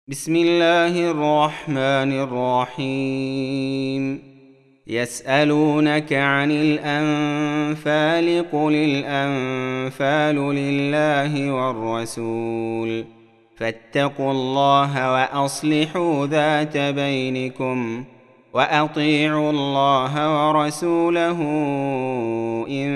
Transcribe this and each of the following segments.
بسم الله الرحمن الرحيم. يسألونك عن الأنفال قل الأنفال لله والرسول فاتقوا الله وأصلحوا ذات بينكم وأطيعوا الله ورسوله إن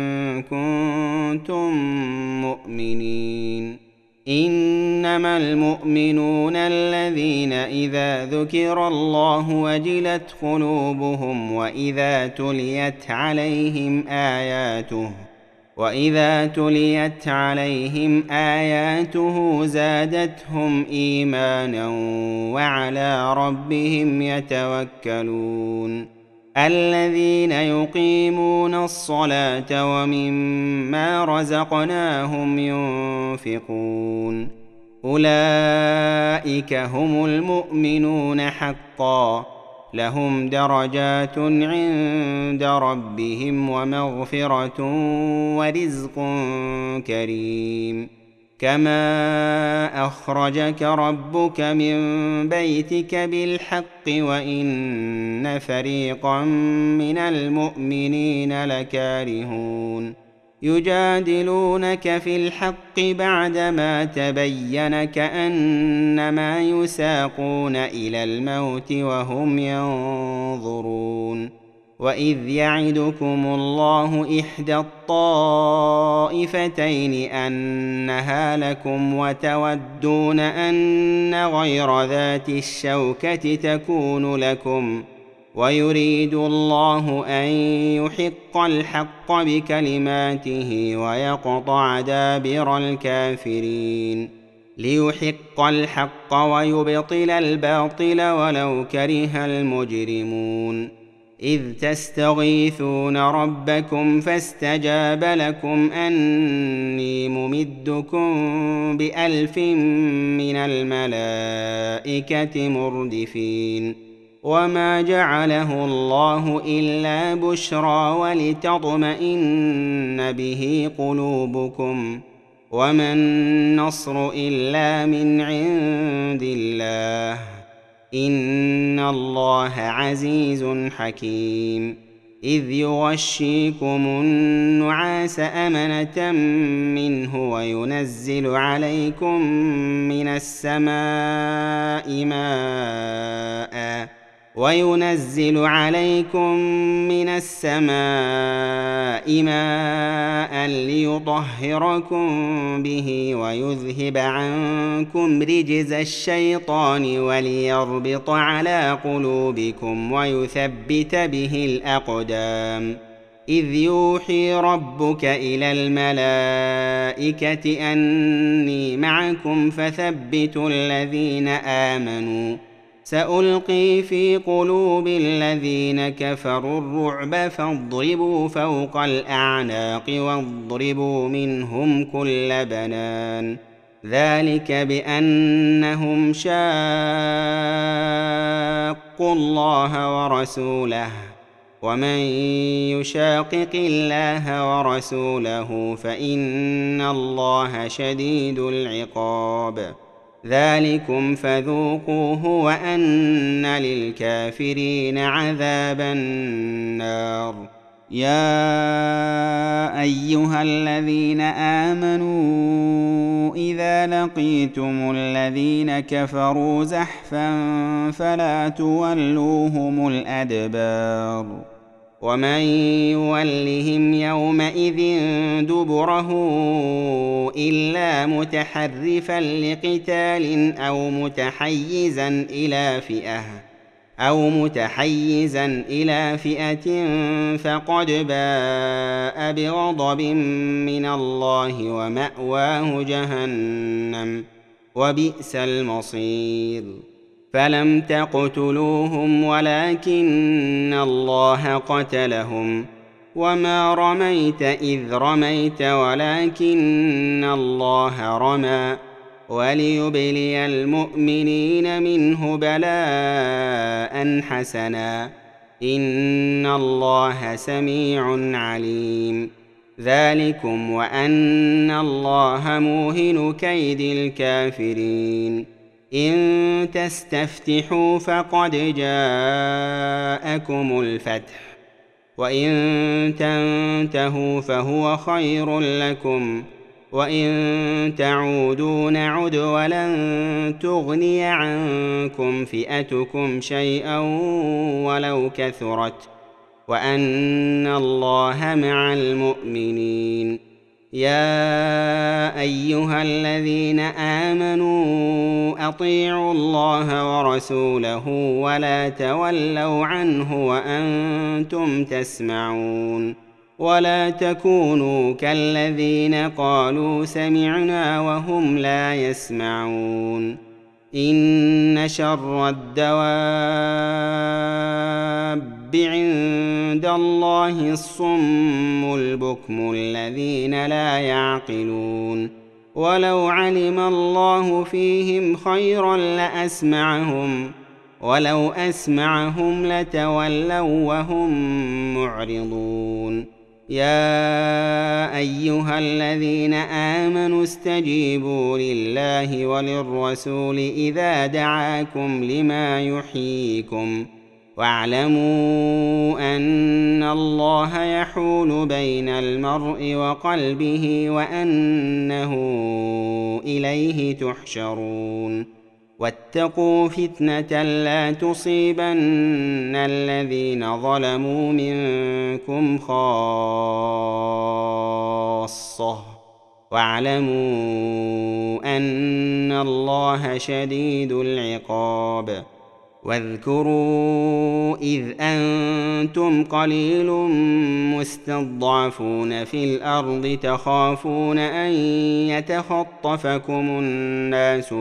كنتم مؤمنين. إنما المؤمنون الذين إذا ذكر الله وجلت قلوبهم وإذا تليت عليهم آياته زادتهم إيمانا وعلى ربهم يتوكلون. الذين يقيمون الصلاة ومما رزقناهم ينفقون أولئك هم المؤمنون حقا لهم درجات عند ربهم ومغفرة ورزق كريم. كما أخرجك ربك من بيتك بالحق وإن فريقا من المؤمنين لكارهون يجادلونك في الحق بعدما تبين كأنما يساقون إلى الموت وهم ينظرون. وإذ يعدكم الله إحدى الطائفتين أنها لكم وتودون أن غير ذات الشوكة تكون لكم ويريد الله أن يحق الحق بكلماته ويقطع دابر الكافرين ليحق الحق ويبطل الباطل ولو كره المجرمون. إذ تستغيثون ربكم فاستجاب لكم أني ممدكم ب1000 من الملائكة مردفين. وما جعله الله إلا بشرى ولتطمئن به قلوبكم وما النصر إلا من عند الله إن الله عزيز حكيم. إذ يغشيكم النعاس أمنة منه وينزل عليكم من السماء ماء ليطهركم به ويذهب عنكم رجز الشيطان وليربط على قلوبكم ويثبت به الأقدام. إذ يوحي ربك إلى الملائكة أني معكم فثبتوا الذين آمنوا سألقي في قلوب الذين كفروا الرعب فاضربوا فوق الأعناق واضربوا منهم كل بنان. ذلك بأنهم شاقوا الله ورسوله ومن يشاقق الله ورسوله فإن الله شديد العقاب. ذلكم فذوقوه وأن للكافرين عذاب النار. يا أيها الذين آمنوا إذا لقيتم الذين كفروا زحفا فلا تولوهم الأدبار ومن يولهم يومئذ دبره إلا متحرفا لقتال أو متحيزا إلى فئة فقد باء بغضب من الله ومأواه جهنم وبئس المصير. فلم تقتلوهم ولكن الله قتلهم وما رميت إذ رميت ولكن الله رمى وليبلي المؤمنين منه بلاء حسنا إن الله سميع عليم. ذلكم وأن الله موهن كيد الكافرين. إن تستفتحوا فقد جاءكم الفتح وإن تنتهوا فهو خير لكم وإن تعودوا نعد ولن تغني عنكم فئتكم شيئا ولو كثرت وأن الله مع المؤمنين. يا أيها الذين آمنوا أطيعوا الله ورسوله ولا تولوا عنه وأنتم تسمعون ولا تكونوا كالذين قالوا سمعنا وهم لا يسمعون. إن شر الدواب عند الله الصم البكم الذين لا يعقلون. ولو علم الله فيهم خيرا لأسمعهم ولو أسمعهم لتولوا وهم معرضون. يا أيها الذين آمنوا استجيبوا لله وللرسول إذا دعاكم لما يحييكم واعلموا أن الله يحول بين المرء وقلبه وأنه إليه تحشرون. واتقوا فتنة لا تصيبن الذين ظلموا منكم خاصة واعلموا أن الله شديد العقاب. واذكروا إذ أنتم قليل مستضعفون في الأرض تخافون أن يتخطفكم الناس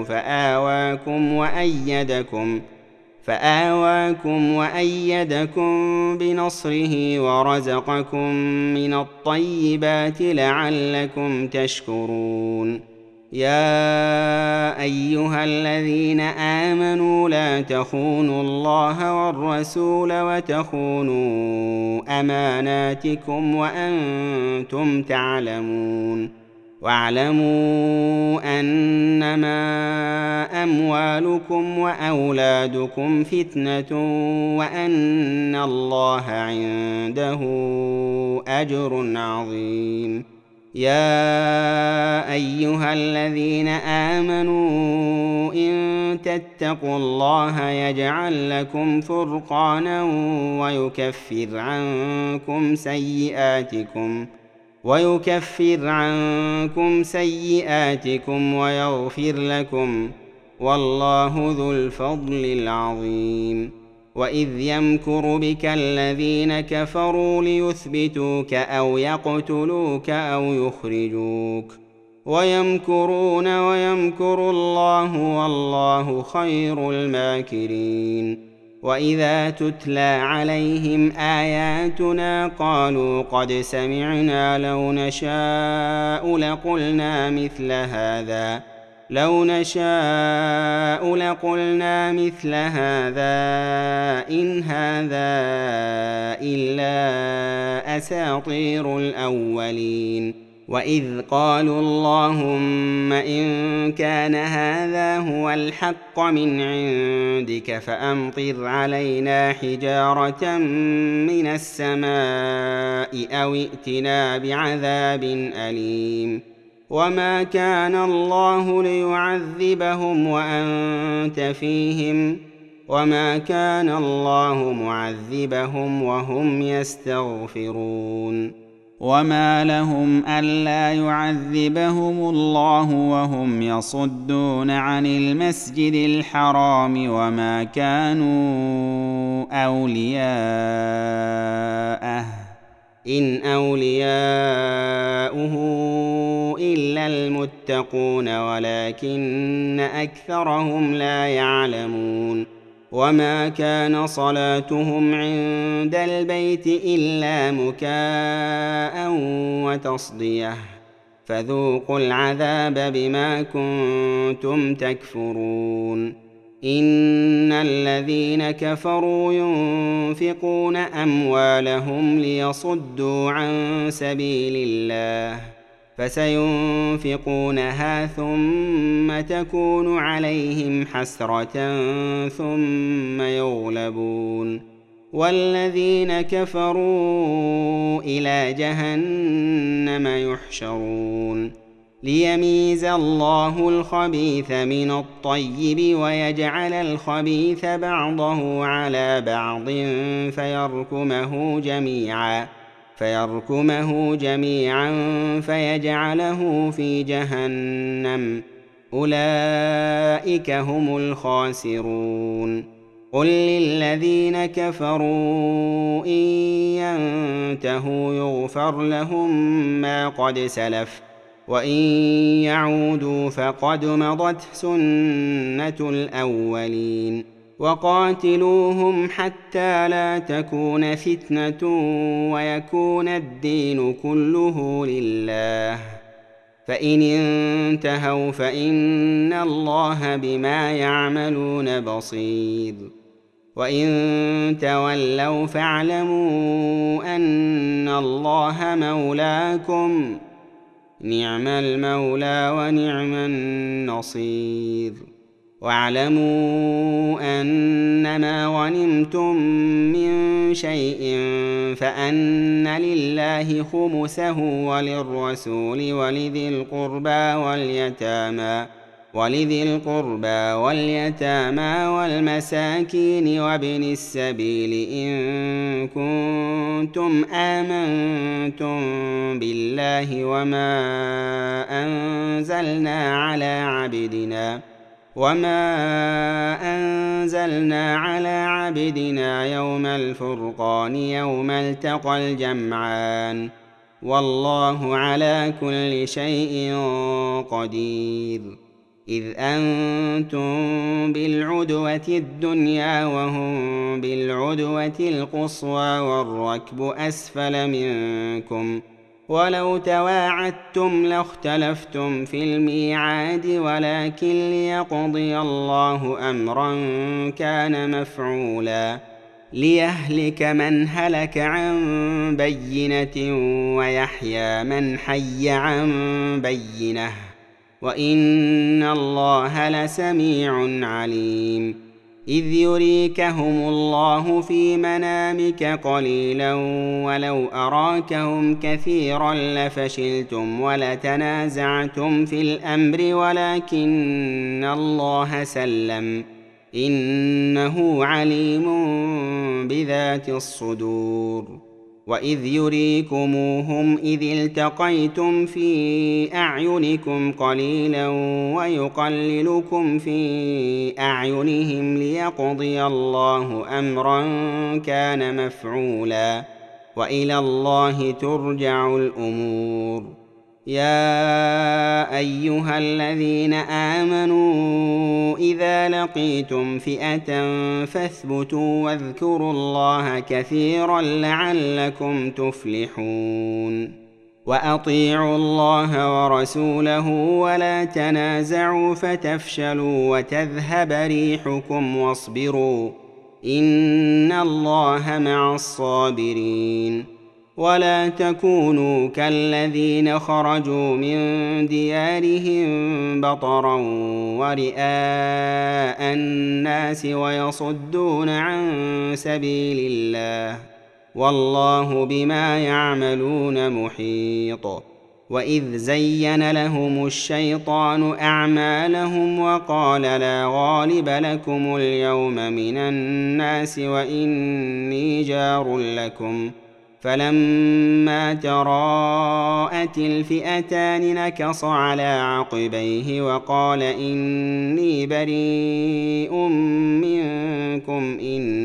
فآواكم وأيدكم بنصره ورزقكم من الطيبات لعلكم تشكرون. يا أيها الذين آمنوا لا تخونوا الله والرسول وتخونوا أماناتكم وأنتم تعلمون. واعلموا أنما أموالكم وأولادكم فتنة وأن الله عنده أجر عظيم. يا أيها الذين آمنوا إن تتقوا الله يجعل لكم فرقانا ويكفر عنكم سيئاتكم ويغفر لكم والله ذو الفضل العظيم. وإذ يمكر بك الذين كفروا ليثبتوك أو يقتلوك أو يخرجوك ويمكرون ويمكر الله والله خير الماكرين. وإذا تتلى عليهم آياتنا قالوا قد سمعنا لو نشاء لقلنا مثل هذا إن هذا إلا أساطير الأولين. وإذ قالوا اللهم إن كان هذا هو الحق من عندك فأمطر علينا حجارة من السماء أو ائتنا بعذاب أليم. وما كان الله ليعذبهم وأنت فيهم وما كان الله معذبهم وهم يستغفرون. وما لهم ألا يعذبهم الله وهم يصدون عن المسجد الحرام وما كانوا أولياءه إن أولياؤه إلا المتقون ولكن أكثرهم لا يعلمون. وما كان صلاتهم عند البيت إلا مكاء وتصدية فذوقوا العذاب بما كنتم تكفرون. إن الذين كفروا ينفقون أموالهم ليصدوا عن سبيل الله فسينفقونها ثم تكون عليهم حسرة ثم يغلبون والذين كفروا إلى جهنم يحشرون ليميز الله الخبيث من الطيب ويجعل الخبيث بعضه على بعض فيركمه جميعا فيجعله في جهنم أولئك هم الخاسرون قل للذين كفروا إن ينتهوا يغفر لهم ما قد سلف وإن يعودوا فقد مضت سنة الأولين وقاتلوهم حتى لا تكون فتنة ويكون الدين كله لله فإن انتهوا فإن الله بما يعملون بصير وإن تولوا فاعلموا أن الله مولاكم نعم المولى ونعم النصير واعلموا أنما غنمتم من شيء فأن لله خمسه وللرسول ولذي القربى واليتامى والمساكين وابن السبيل إن كنتم آمنتم بالله وما أنزلنا على عبدنا يوم الفرقان يوم التقى الجمعان والله على كل شيء قدير إذ أنتم بالعدوة الدنيا وهم بالعدوة القصوى والركب أسفل منكم ولو تواعدتم لاختلفتم في الميعاد ولكن ليقضي الله أمرا كان مفعولا ليهلك من هلك عن بينة ويحيى من حي عن بينة وإن الله لسميع عليم إذ يريكهم الله في منامك قليلا ولو أراكهم كثيرا لفشلتم ولتنازعتم في الأمر ولكن الله سلم إنه عليم بذات الصدور وإذ يريكموهم إذ التقيتم في أعينكم قليلا ويقللكم في أعينهم ليقضي الله أمرا كان مفعولا وإلى الله ترجع الأمور يا أيها الذين آمنوا إذا لقيتم فئة فاثبتوا واذكروا الله كثيرا لعلكم تفلحون وأطيعوا الله ورسوله ولا تنازعوا فتفشلوا وتذهب ريحكم واصبروا إن الله مع الصابرين ولا تكونوا كالذين خرجوا من ديارهم بطرا ورئاء الناس ويصدون عن سبيل الله والله بما يعملون محيط وإذ زين لهم الشيطان أعمالهم وقال لا غالب لكم اليوم من الناس وإني جار لكم فلما تراءت الفئتان نكص على عقبيه وقال إني بريء منكم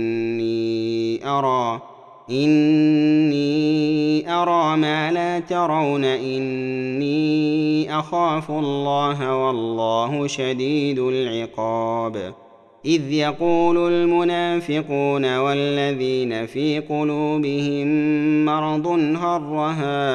إني أرى ما لا ترون إني أخاف الله والله شديد العقاب إذ يقول المنافقون والذين في قلوبهم مرض غر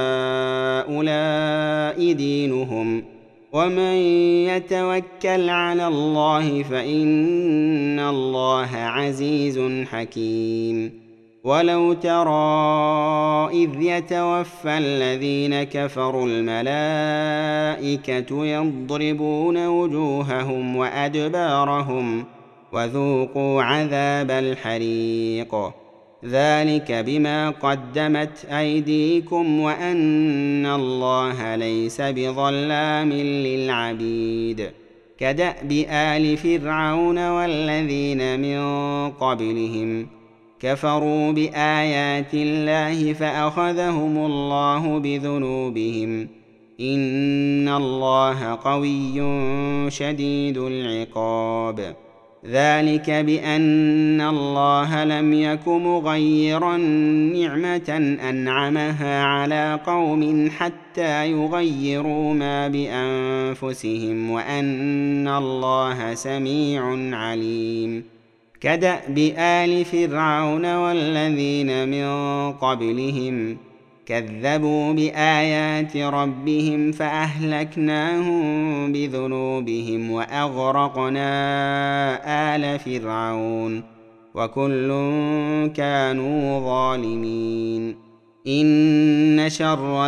هؤلاء دينهم ومن يتوكل على الله فإن الله عزيز حكيم ولو ترى إذ يتوفى الذين كفروا الملائكة يضربون وجوههم وأدبارهم وذوقوا عذاب الحريق ذلك بما قدمت أيديكم وأن الله ليس بظلام للعبيد كدأب آل فرعون والذين من قبلهم كفروا بآيات الله فأخذهم الله بذنوبهم إن الله قوي شديد العقاب ذلك بأن الله لم يك مغيرا نعمة أنعمها على قوم حتى يغيروا ما بأنفسهم وأن الله سميع عليم كدأب آل فرعون والذين من قبلهم كذبوا بآيات ربهم فأهلكناهم بذنوبهم وأغرقنا آل فرعون وكل كانوا ظالمين إن شر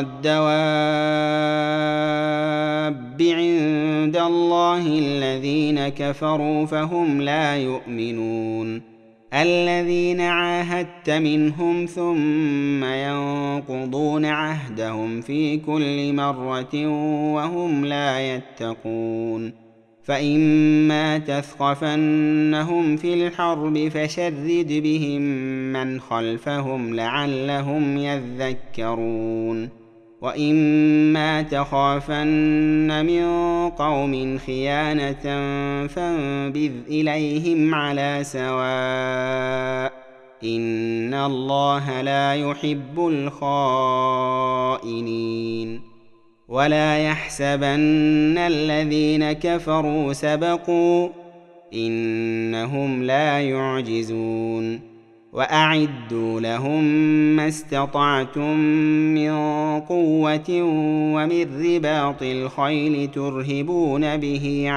الدواب عند الله الذين كفروا فهم لا يؤمنون الذين عاهدت منهم ثم ينقضون عهدهم في كل مرة وهم لا يتقون فإما تثقفنهم في الحرب فشرد بهم من خلفهم لعلهم يذكرون وإما تخافن من قوم خيانة فانبذ إليهم على سواء إن الله لا يحب الخائنين ولا يحسبن الذين كفروا سبقوا إنهم لا يعجزون وأعدوا لهم ما استطعتم من قوة ومن رباط الخيل ترهبون به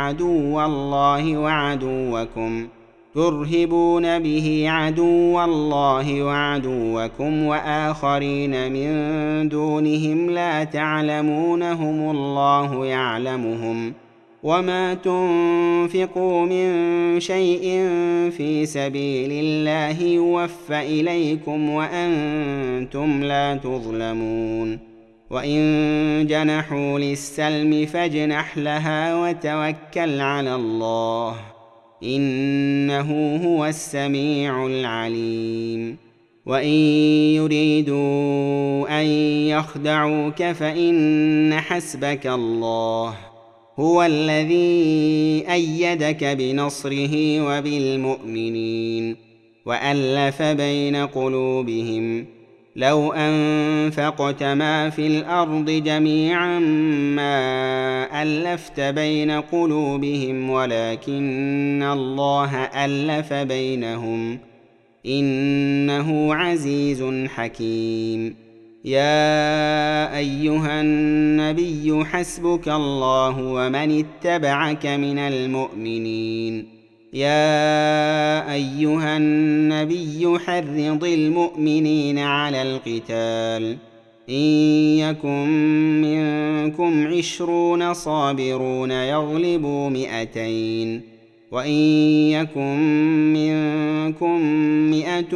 عدو الله وعدوكم وآخرين من دونهم لا تعلمونهم الله يعلمهم وما تنفقوا من شيء في سبيل الله يوفى إليكم وأنتم لا تظلمون وإن جنحوا للسلم فاجنح لها وتوكل على الله إنه هو السميع العليم وإن يريدوا أن يخدعوك فإن حسبك الله هو الذي أيدك بنصره وبالمؤمنين وألف بين قلوبهم لو أنفقت ما في الأرض جميعا ما ألفت بين قلوبهم ولكن الله ألف بينهم إنه عزيز حكيم يا أيها النبي حسبك الله ومن اتبعك من المؤمنين يا أيها النبي حرض المؤمنين على القتال إن يكن منكم 20 صابرون يغلبوا 200 وإن يكن منكم 100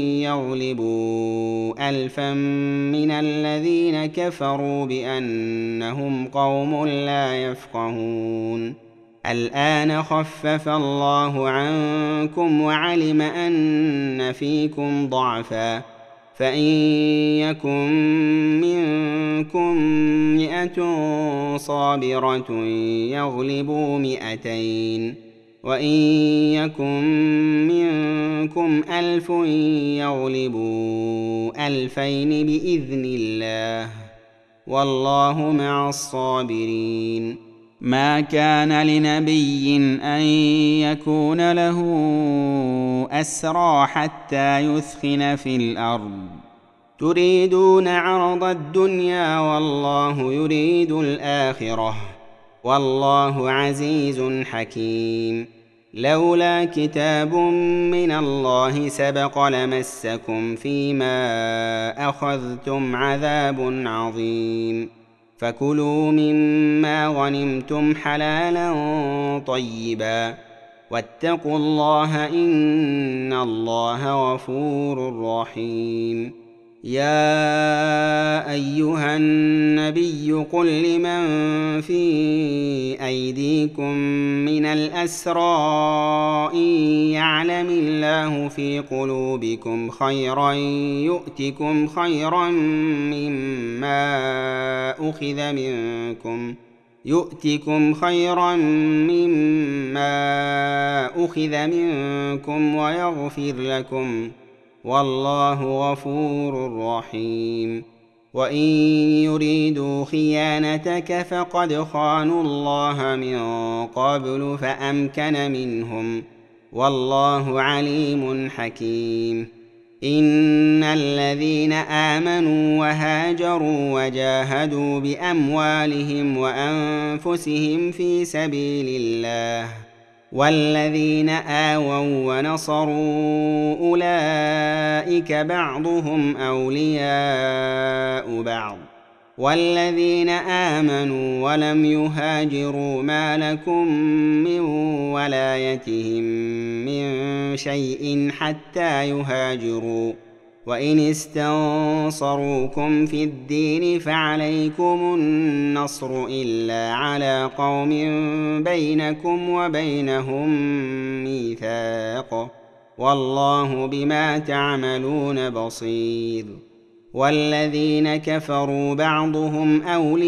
يغلبوا 1000 من الذين كفروا بأنهم قوم لا يفقهون الآن خفف الله عنكم وعلم أن فيكم ضعفا فإن يكن منكم 100 صابرة يغلبوا 200 وإن يكن منكم 1000 يغلبوا 2000 بإذن الله والله مع الصابرين ما كان لنبي أن يكون له أسرى حتى يثخن في الأرض تريدون عرض الدنيا والله يريد الآخرة والله عزيز حكيم لولا كتاب من الله سبق لمسكم فيما أخذتم عذاب عظيم. فكلوا مما غنمتم حلالا طيبا واتقوا الله إن الله غفور رحيم. يا أيها النبي قل لمن في أيديكم من الأسرى إن يعلم الله في قلوبكم خيرا يؤتكم خيرا مما أخذ منكم ويغفر لكم والله غفور رحيم. وإن يريدوا خيانتك فقد خانوا الله من قبل فأمكن منهم والله عليم حكيم. إن الذين آمنوا وهاجروا وجاهدوا بأموالهم وأنفسهم في سبيل الله والذين آووا ونصروا أولئك بعضهم أولياء بعض والذين آمنوا ولم يهاجروا ما لكم من ولايتهم من شيء حتى يهاجروا وإن استنصروكم في الدين فعليكم النصر إلا على قوم بينكم وبينهم ميثاق والله بما تعملون بصير. والذين كفروا بعضهم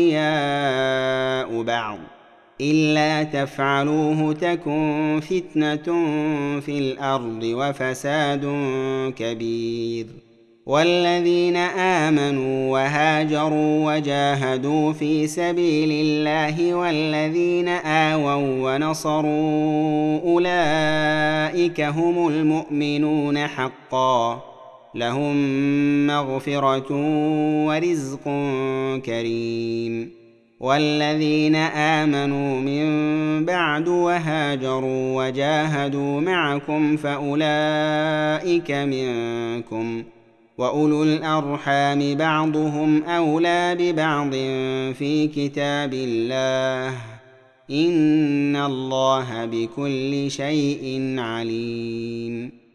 أولياء بعض إلا تفعلوه تكن فتنة في الأرض وفساد كبير. والذين آمنوا وهاجروا وجاهدوا في سبيل الله والذين آووا ونصروا أولئك هم المؤمنون حقا لهم مغفرة ورزق كريم. والذين آمنوا من بعد وهاجروا وجاهدوا معكم فأولئك منكم وأولو الأرحام بعضهم أولى ببعض في كتاب الله إن الله بكل شيء عليم.